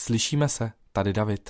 Slyšíme se, tady David.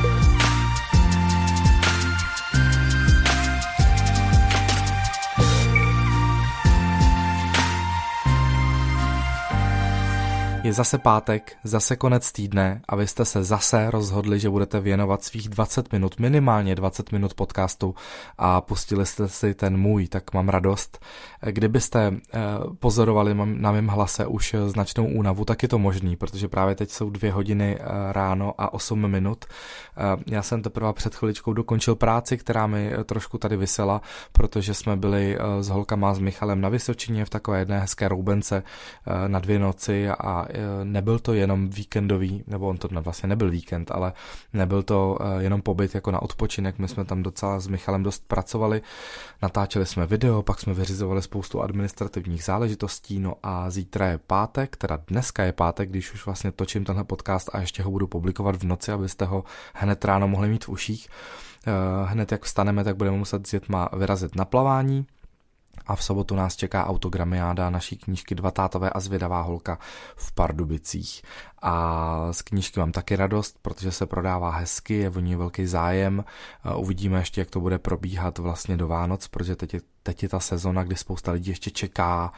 Je zase pátek, zase konec týdne a vy jste se zase rozhodli, že budete věnovat svých 20 minut, minimálně 20 minut podcastu a pustili jste si ten můj, tak mám radost. Kdybyste pozorovali na mém hlase už značnou únavu, tak je to možný, protože právě teď jsou 2 hodiny ráno a 8 minut. Já jsem teprve před chviličkou dokončil práci, která mi trošku tady visela, protože jsme byli s holkama, s Michalem na Vysočině v takové jedné hezké roubence na 2 noci a nebyl to jenom víkendový, nebo on to vlastně nebyl víkend, ale nebyl to jenom pobyt jako na odpočinek, my jsme tam docela s Michalem dost pracovali, natáčeli jsme video, pak jsme vyřizovali spoustu administrativních záležitostí, no a zítra je pátek, teda dneska je pátek, když už vlastně točím tenhle podcast a ještě ho budu publikovat v noci, abyste ho hned ráno mohli mít v uších. Hned jak vstaneme, tak budeme muset s dětma vyrazit na plavání. A v sobotu nás čeká autogramiáda naší knížky Dva tátové a zvědavá holka v Pardubicích. A z knížky mám taky radost, protože se prodává hezky, je o ní velký zájem. Uvidíme ještě, jak to bude probíhat vlastně do Vánoc, protože teď je ta sezona, kdy spousta lidí ještě čeká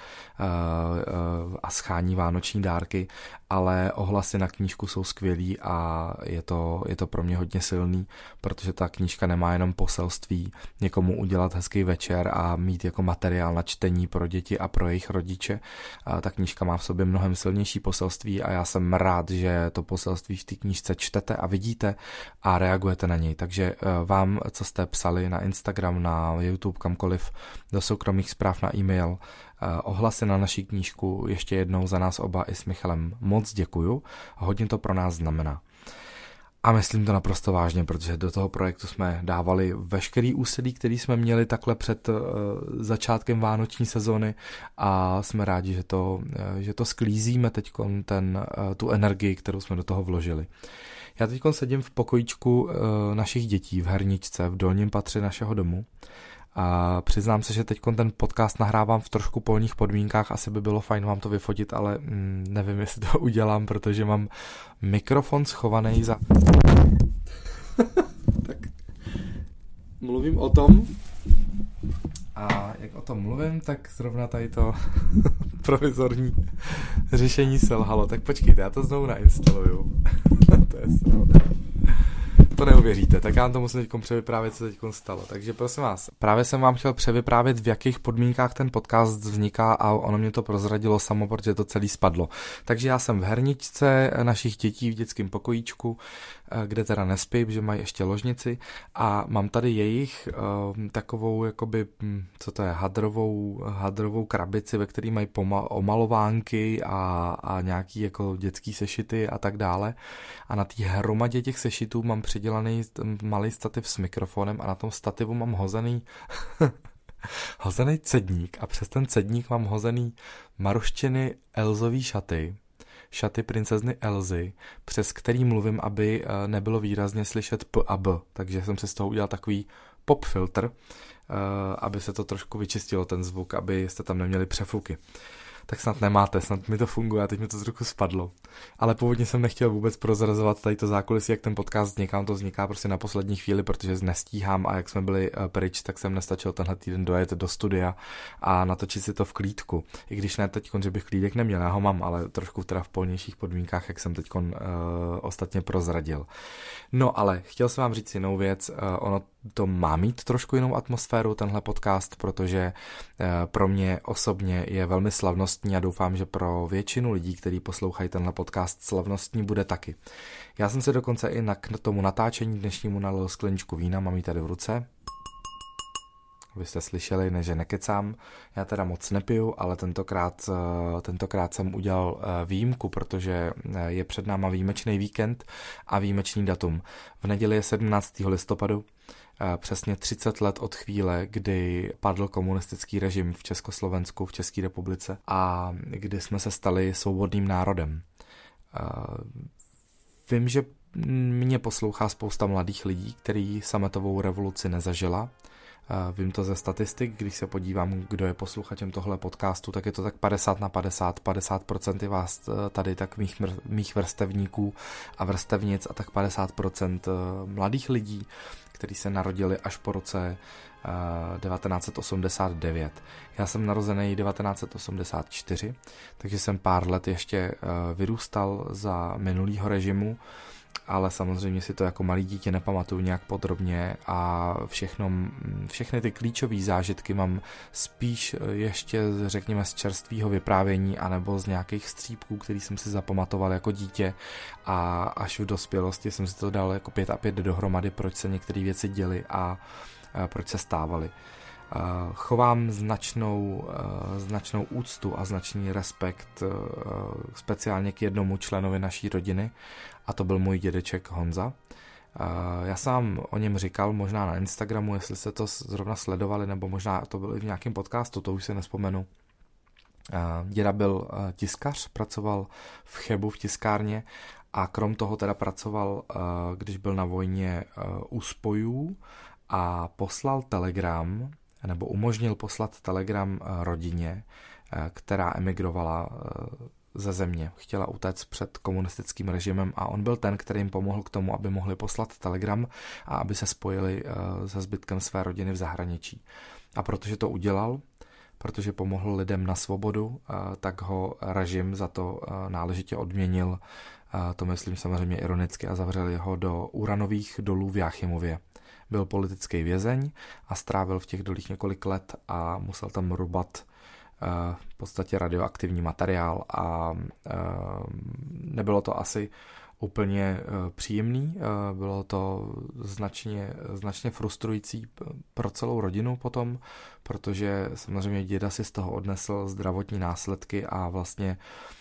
a schání vánoční dárky, ale ohlasy na knížku jsou skvělý a je to pro mě hodně silný, protože ta knížka nemá jenom poselství někomu udělat hezký večer a mít jako materiál na čtení pro děti a pro jejich rodiče. Ta knížka má v sobě mnohem silnější poselství a já jsem rád, že to poselství v té knížce čtete a vidíte a reagujete na něj. Takže vám, co jste psali na Instagram, na YouTube, kamkoliv, do soukromých zpráv na e-mail, ohlasy na naší knížku, ještě jednou za nás oba i s Michalem moc děkuju. Hodně to pro nás znamená. A myslím to naprosto vážně, protože do toho projektu jsme dávali veškerý úsilí, který jsme měli takhle před začátkem vánoční sezony a jsme rádi, že to sklízíme teď tu energii, kterou jsme do toho vložili. Já teď sedím v pokojíčku našich dětí v herničce v dolním patře našeho domu. A přiznám se, že teď ten podcast nahrávám v trošku polních podmínkách, asi by bylo fajn vám to vyfotit, ale nevím, jestli to udělám, protože mám mikrofon schovaný za... Tak mluvím o tom a jak o tom mluvím, tak zrovna tady to provizorní řešení selhalo. Tak počkejte, já to znovu nainstaluju. To je sranda. To neuvěříte, tak já vám to musím teď převyprávět, co teď stalo. Takže prosím vás, právě jsem vám chtěl převyprávět, v jakých podmínkách ten podcast vzniká a ono mě to prozradilo samo, protože to celý spadlo. Takže já jsem v herničce našich dětí v dětském pokojíčku, kde teda nespí, protože mají ještě ložnici a mám tady jejich takovou jakoby, co to je, hadrovou krabici, ve které mají omalovánky a nějaký jako dětský sešity a tak dále. A na té hromadě těch sešitů mám přidělaný malý stativ s mikrofonem a na tom stativu mám hozený cedník a přes ten cedník mám hozený Maruščiny Elzový šaty princezny Elzy, přes který mluvím, aby nebylo výrazně slyšet P a B, takže jsem si z toho udělal takový pop filtr, aby se to trošku vyčistilo ten zvuk, abyste tam neměli přefuky. Tak snad nemáte, snad mi to funguje a teď mi to z ruku spadlo. Ale původně jsem nechtěl vůbec prozrazovat tady to zákulisí, jak ten podcast vzniká, on to vzniká prostě na poslední chvíli, protože nestíhám a jak jsme byli pryč, tak jsem nestačil tenhle týden dojet do studia a natočit si to v klídku. I když ne teď, že bych klídek neměl, já ho mám, ale trošku teda v polnějších podmínkách, jak jsem teď ostatně prozradil. No ale chtěl jsem vám říct jinou věc, ono to má mít trošku jinou atmosféru, tenhle podcast, protože pro mě osobně je velmi slavnostní a doufám, že pro většinu lidí, kteří poslouchají tenhle podcast, slavnostní bude taky. Já jsem se dokonce i k tomu natáčení dnešnímu nalil skleničku vína, mám ji tady v ruce. Vy jste slyšeli, ne, že nekecám, já teda moc nepiju, ale tentokrát jsem udělal výjimku, protože je před náma výjimečný víkend a výjimečný datum. V neděli je 17. listopadu, přesně 30 let od chvíle, kdy padl komunistický režim v Československu, v České republice a kdy jsme se stali svobodným národem. Vím, že mě poslouchá spousta mladých lidí, kteří sametovou revoluci nezažila Vím to ze statistik, když se podívám, kdo je posluchačem tohle podcastu, tak je to tak 50/50, 50% je vás tady tak mých vrstevníků a vrstevnic a tak 50% mladých lidí, kteří se narodili až po roce 1989. Já jsem narozený 1984, takže jsem pár let ještě vyrůstal za minulýho režimu, ale samozřejmě si to jako malý dítě nepamatuju nějak podrobně a všechny ty klíčové zážitky mám spíš ještě, řekněme, z čerstvého vyprávění anebo z nějakých střípků, který jsem si zapamatoval jako dítě a až v dospělosti jsem si to dal jako 5 a 5 dohromady, proč se některé věci děly a proč se stávaly. Chovám značnou úctu a značný respekt speciálně k jednomu členovi naší rodiny a to byl můj dědeček Honza. Já jsem o něm říkal možná na Instagramu, jestli jste to zrovna sledovali, nebo možná to bylo i v nějakém podcastu, to už si nevzpomenu. Děda byl tiskař, pracoval v Chebu v tiskárně a krom toho teda pracoval, když byl na vojně u spojů a poslal telegram, nebo umožnil poslat telegram rodině, která emigrovala ze země. Chtěla utéct před komunistickým režimem a on byl ten, který jim pomohl k tomu, aby mohli poslat telegram a aby se spojili se zbytkem své rodiny v zahraničí. A protože to udělal, protože pomohl lidem na svobodu, tak ho režim za to náležitě odměnil. To myslím samozřejmě ironicky a zavřeli ho do uranových dolů v Jáchymově. Byl politický vězeň a strávil v těch dolích několik let a musel tam rubat v podstatě radioaktivní materiál a nebylo to asi úplně příjemný, bylo to značně frustrující pro celou rodinu potom, protože samozřejmě děda si z toho odnesl zdravotní následky a vlastně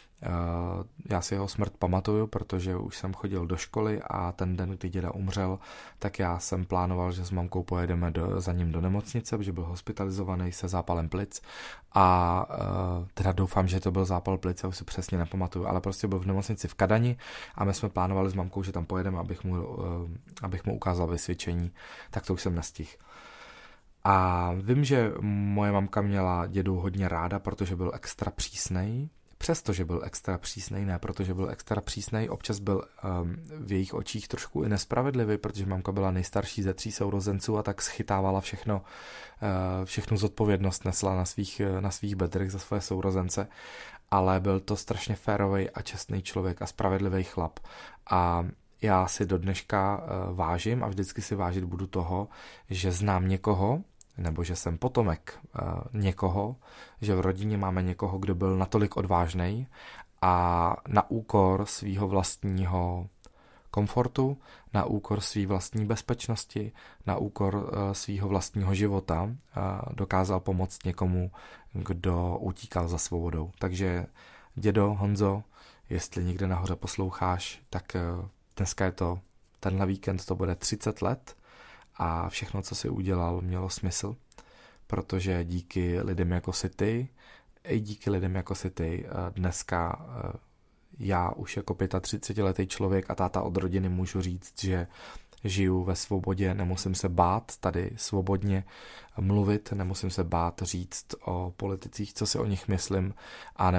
já si jeho smrt pamatuju, protože už jsem chodil do školy a ten den, kdy děda umřel, tak já jsem plánoval, že s mamkou pojedeme za ním do nemocnice, protože byl hospitalizovaný se zápalem plic a teda doufám, že to byl zápal plic, já už si přesně nepamatuju, ale prostě byl v nemocnici v Kadani a my jsme plánovali s mamkou, že tam pojedeme, abych mu ukázal vysvědčení, tak to už jsem nestihl. A vím, že moje mamka měla dědu hodně ráda, protože byl extra přísnej. Přestože byl extra přísnej, ne protože byl extra přísnej, občas byl v jejich očích trošku i nespravedlivý, protože mamka byla nejstarší ze 3 sourozenců a tak schytávala všechnu zodpovědnost nesla na svých bedrech za svoje sourozence, ale byl to strašně férový a čestný člověk a spravedlivý chlap. A já si do dneška vážím a vždycky si vážit budu toho, že znám někoho, nebo že jsem potomek někoho, že v rodině máme někoho, kdo byl natolik odvážnej a na úkor svýho vlastního komfortu, na úkor své vlastní bezpečnosti, na úkor svýho vlastního života dokázal pomoct někomu, kdo utíkal za svobodou. Takže dědo, Honzo, jestli někde nahoře posloucháš, tak dneska je to, tenhle víkend to bude 30 let, a všechno, co si udělal, mělo smysl, protože díky lidem jako si ty, i díky lidem jako si ty, dneska já už jako 35letý člověk a táta od rodiny můžu říct, že žiju ve svobodě, nemusím se bát tady svobodně mluvit, nemusím se bát říct o politicích, co si o nich myslím a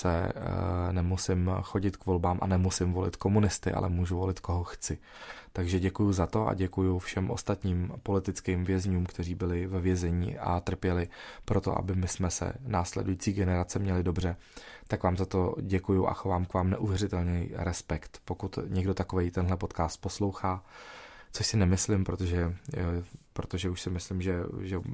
nemusím chodit k volbám a nemusím volit komunisty, ale můžu volit koho chci. Takže děkuju za to a děkuju všem ostatním politickým vězňům, kteří byli ve vězení a trpěli proto, aby my jsme se následující generace měli dobře. Tak vám za to děkuju a chovám k vám neuvěřitelný respekt. Pokud někdo takovej tenhle podcast poslouchá, což si nemyslím, protože už si myslím, že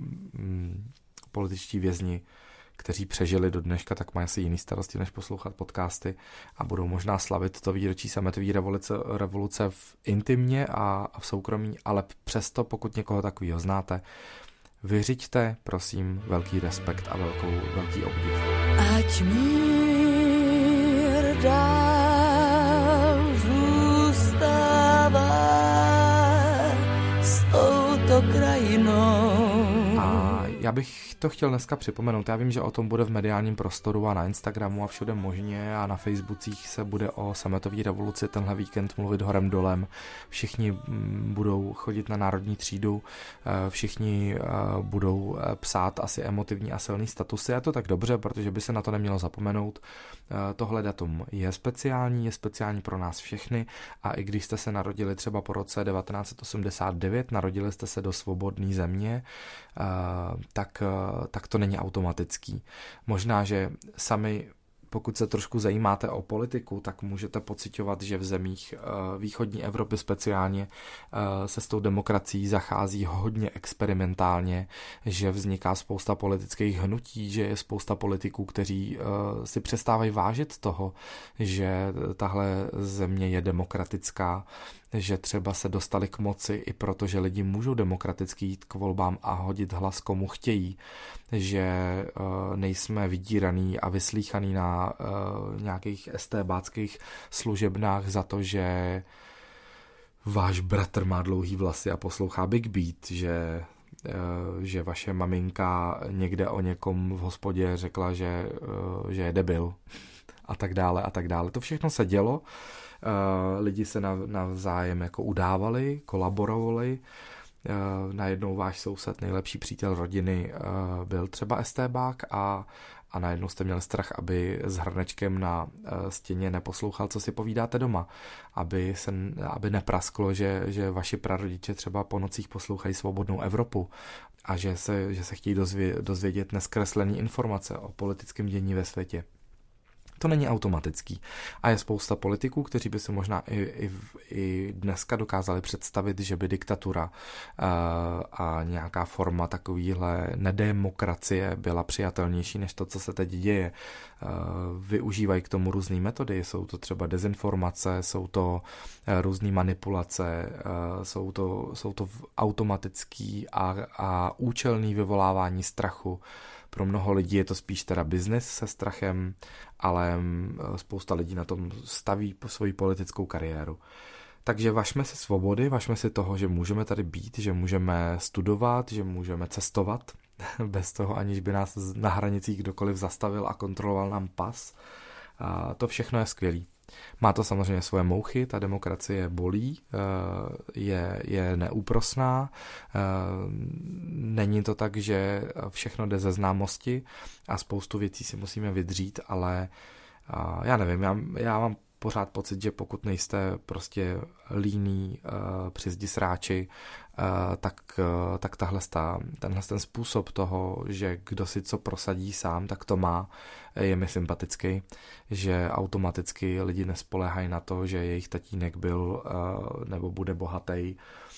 političtí vězni, kteří přežili do dneška, tak mají asi jiný starosti, než poslouchat podcasty a budou možná slavit to výročí sametové revoluce v intimně a v soukromí, ale přesto, pokud někoho takového znáte, vyřiďte, prosím, velký respekt a velký obdiv. Ať mír dál zůstává s touto krajinou. A já bych to chtěl dneska připomenout. Já vím, že o tom bude v mediálním prostoru a na Instagramu a všude možně a na Facebookích se bude o sametové revoluci tenhle víkend mluvit horem dolem. Všichni budou chodit na národní třídu, všichni budou psát asi emotivní a silný statusy. A to tak dobře, protože by se na to nemělo zapomenout. Tohle datum je speciální pro nás všechny a i když jste se narodili třeba po roce 1989, narodili jste se do svobodné země, tak to není automatický. Možná, že sami, pokud se trošku zajímáte o politiku, tak můžete pociťovat, že v zemích východní Evropy speciálně se s tou demokracií zachází hodně experimentálně, že vzniká spousta politických hnutí, že je spousta politiků, kteří si přestávají vážit toho, že tahle země je demokratická, že třeba se dostali k moci i proto, že lidi můžou demokraticky jít k volbám a hodit hlas komu chtějí, že nejsme vydíraný a vyslýchaný na nějakých estébáckých služebnách za to, že váš bratr má dlouhý vlasy a poslouchá Big Beat, že vaše maminka někde o někom v hospodě řekla, že je debil a tak dále a tak dále. To všechno se dělo. Lidi se navzájem jako udávali, kolaborovali. Najednou váš soused, nejlepší přítel rodiny byl třeba estébák a najednou jste měli strach, aby s hrnečkem na stěně neposlouchal, co si povídáte doma. Aby neprasklo, že vaši prarodiče třeba po nocích poslouchají Svobodnou Evropu a že se chtějí dozvědět neskreslené informace o politickém dění ve světě. To není automatický. A je spousta politiků, kteří by si možná i dneska dokázali představit, že by diktatura a nějaká forma takovýhle nedemokracie byla přijatelnější než to, co se teď děje. Využívají k tomu různé metody, jsou to třeba dezinformace, jsou to různé manipulace, jsou to automatický a účelný vyvolávání strachu. Pro mnoho lidí je to spíš teda biznis se strachem, ale spousta lidí na tom staví svoji politickou kariéru. Takže važme si svobody, važme si toho, že můžeme tady být, že můžeme studovat, že můžeme cestovat, bez toho, aniž by nás na hranicích kdokoliv zastavil a kontroloval nám pas. A to všechno je skvělý. Má to samozřejmě svoje mouchy, ta demokracie bolí, je neúprosná, není to tak, že všechno jde ze známosti a spoustu věcí si musíme vydřít, ale já nevím, já mám pořád pocit, že pokud nejste prostě líní při zdi sráči, tak tenhle ten způsob toho, že kdo si co prosadí sám, tak to má, je mi sympatický, že automaticky lidi nespoléhají na to, že jejich tatínek byl nebo bude bohatý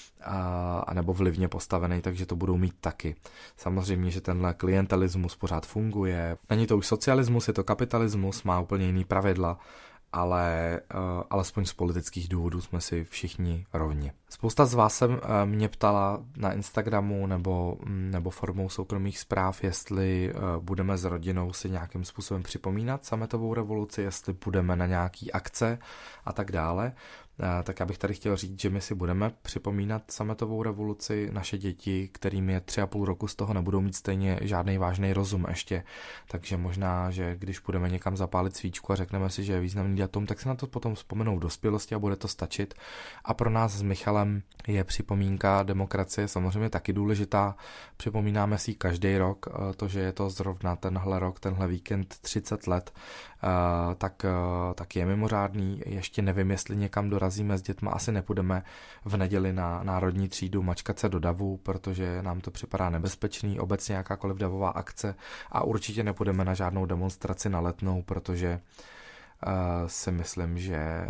a nebo vlivně postavený, takže to budou mít taky. Samozřejmě, že tenhle klientelismus pořád funguje. Není to už socialismus, je to kapitalismus, má úplně jiný pravidla, ale alespoň z politických důvodů jsme si všichni rovni. Spousta z vás se mě ptala na Instagramu nebo formou soukromých zpráv, jestli budeme s rodinou si nějakým způsobem připomínat sametovou revoluci, jestli budeme na nějaký akce a tak dále. Tak já bych tady chtěl říct, že my si budeme připomínat sametovou revoluci. Naše děti, kterým je 3,5 roku, z toho nebudou mít stejně žádný vážný rozum ještě. Takže možná, že když budeme někam zapálit svíčku a řekneme si, že je významný datum, tak se na to potom vzpomenou v dospělosti a bude to stačit. A pro nás s Michalem je připomínka demokracie samozřejmě taky důležitá. Připomínáme si každý rok, to, že je to zrovna tenhle rok, tenhle víkend 30 let, tak je mimořádný. Ještě nevím, jestli někam dorazíme s dětma, asi nepůjdeme v neděli na národní třídu mačkat se do davu, protože nám to připadá nebezpečný, obecně jakákoliv davová akce, a určitě nepůjdeme na žádnou demonstraci na Letnou, protože si myslím, že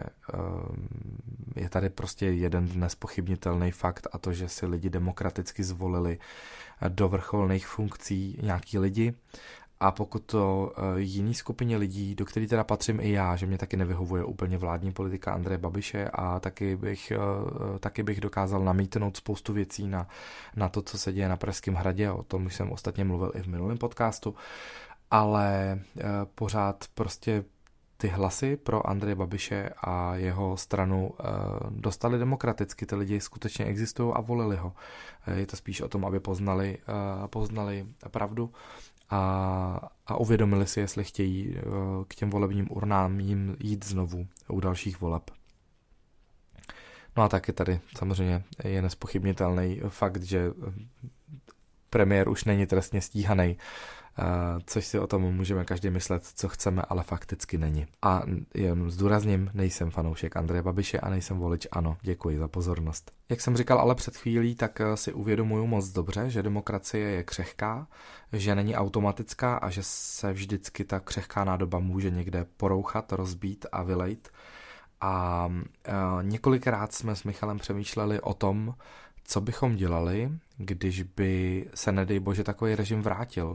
je tady prostě jeden nespochybnitelný fakt, a to, že si lidi demokraticky zvolili do vrcholných funkcí nějaký lidi. A pokud to jiný skupině lidí, do který teda patřím i já, že mě taky nevyhovuje úplně vládní politika Andreje Babiše a taky bych dokázal namítnout spoustu věcí na to, co se děje na Pražském hradě, o tom už jsem ostatně mluvil i v minulém podcastu, ale pořád prostě ty hlasy pro Andreje Babiše a jeho stranu dostali demokraticky. Ty lidi skutečně existují a volili ho. Je to spíš o tom, aby poznali pravdu a uvědomili si, jestli chtějí k těm volebním urnám jim jít znovu u dalších voleb. No a taky tady samozřejmě je nespochybnitelný fakt, že premiér už není trestně stíhaný, což si o tom můžeme každý myslet, co chceme, ale fakticky není. A jen zdůrazním, nejsem fanoušek Andreje Babiše a nejsem volič ANO. Děkuji za pozornost. Jak jsem říkal ale před chvílí, tak si uvědomuju moc dobře, že demokracie je křehká, že není automatická a že se vždycky ta křehká nádoba může někde porouchat, rozbít a vylejt. A několikrát jsme s Michalem přemýšleli o tom, co bychom dělali, když by se, nedej bože, takový režim vrátil.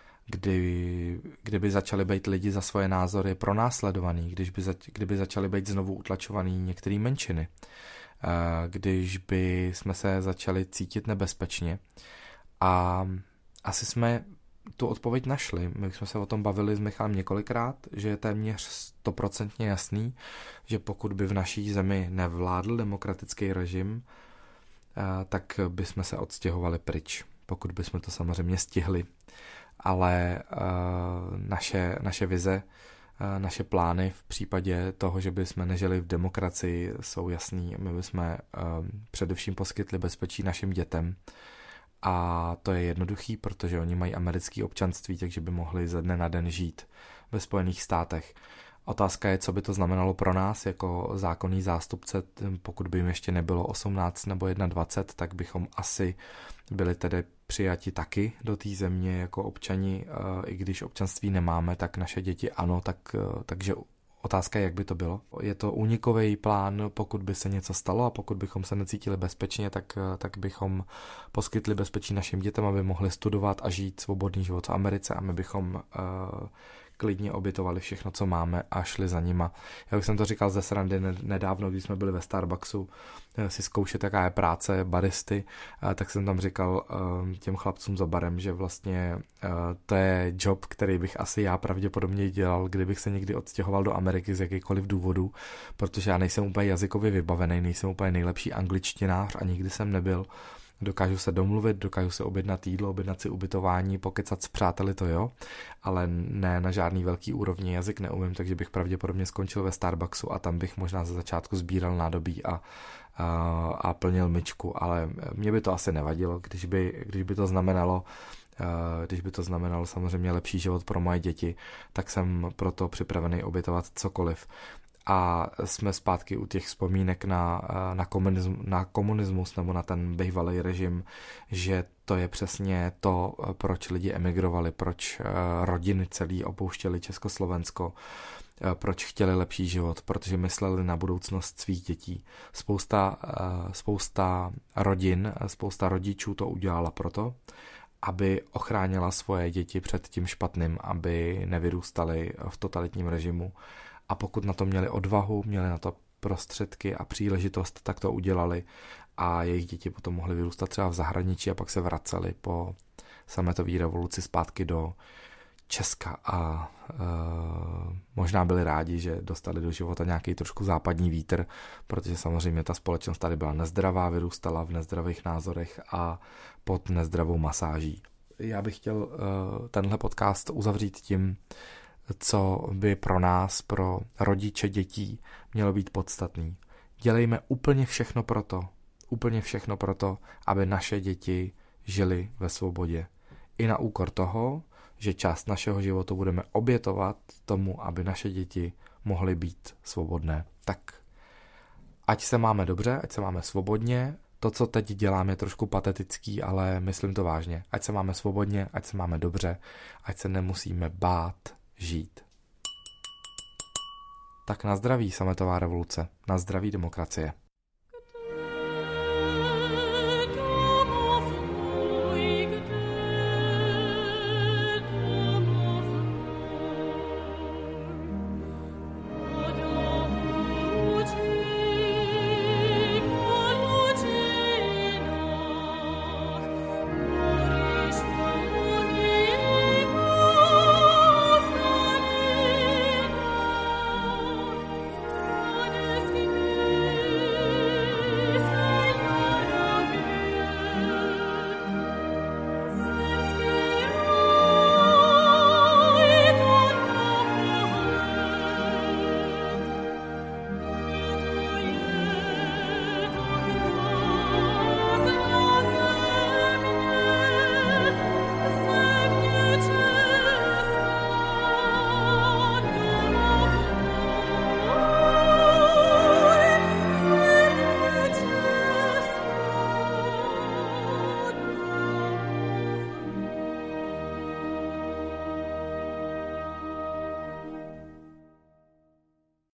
Kdyby začali být lidi za svoje názory pronásledovaný, kdyby začali být znovu utlačovaný některé menšiny, když by jsme se začali cítit nebezpečně. A asi jsme tu odpověď našli. My jsme se o tom bavili s Michalem několikrát, že je téměř 100% jasný, že pokud by v naší zemi nevládl demokratický režim, tak bychom se odstěhovali pryč, pokud bychom to samozřejmě stihli. Ale naše vize, naše plány v případě toho, že bychom nežili v demokracii, jsou jasný. My bychom především poskytli bezpečí našim dětem. A to je jednoduchý, protože oni mají americké občanství, takže by mohli ze dne na den žít ve Spojených státech. Otázka je, co by to znamenalo pro nás jako zákonný zástupce, pokud by jim ještě nebylo 18 nebo 21, tak bychom asi byli tedy přijati taky do té země jako občani, i když občanství nemáme, tak naše děti ano, takže otázka je, jak by to bylo. Je to únikový plán, pokud by se něco stalo a pokud bychom se necítili bezpečně, tak bychom poskytli bezpečí našim dětem, aby mohli studovat a žít svobodný život v Americe a my bychom klidně obětovali všechno, co máme a šli za nima. Já už jsem to říkal ze srandy nedávno, když jsme byli ve Starbucksu si zkoušet, jaká je práce baristy, tak jsem tam říkal těm chlapcům za barem, že vlastně to je job, který bych asi já pravděpodobně dělal, kdybych se někdy odstěhoval do Ameriky z jakýkoliv důvodu, protože já nejsem úplně jazykově vybavený, nejsem úplně nejlepší angličtinář a nikdy jsem nebyl. Dokážu se domluvit, dokážu se objednat jídlo, objednat si ubytování, pokecat s přáteli, to jo, ale ne na žádný velký úrovni, jazyk neumím, takže bych pravděpodobně skončil ve Starbucksu a tam bych možná ze začátku sbíral nádobí a plnil myčku, ale mě by to asi nevadilo, když by to znamenalo samozřejmě lepší život pro moje děti, tak jsem proto připravený obětovat cokoliv. A jsme zpátky u těch vzpomínek na komunismus nebo na ten bývalý režim, že to je přesně to, proč lidi emigrovali, proč rodiny celý opouštěly Československo, proč chtěli lepší život, protože mysleli na budoucnost svých dětí. Spousta rodin, spousta rodičů to udělala proto, aby ochránila svoje děti před tím špatným, aby nevyrůstali v totalitním režimu. A pokud na to měli odvahu, měli na to prostředky a příležitost, tak to udělali a jejich děti potom mohly vyrůstat třeba v zahraničí a pak se vraceli po sametové revoluci zpátky do Česka a možná byli rádi, že dostali do života nějaký trošku západní vítr, protože samozřejmě ta společnost tady byla nezdravá, vyrůstala v nezdravých názorech a pod nezdravou masáží. Já bych chtěl tenhle podcast uzavřít tím, co by pro nás, pro rodiče dětí, mělo být podstatný. Dělejme úplně všechno pro to, aby naše děti žili ve svobodě. I na úkor toho, že část našeho života budeme obětovat tomu, aby naše děti mohly být svobodné. Tak ať se máme dobře, ať se máme svobodně. To, co teď dělám, je trošku patetický, ale myslím to vážně. Ať se máme svobodně, ať se máme dobře, ať se nemusíme bát žít. Tak na zdraví sametová revoluce, na zdraví demokracie.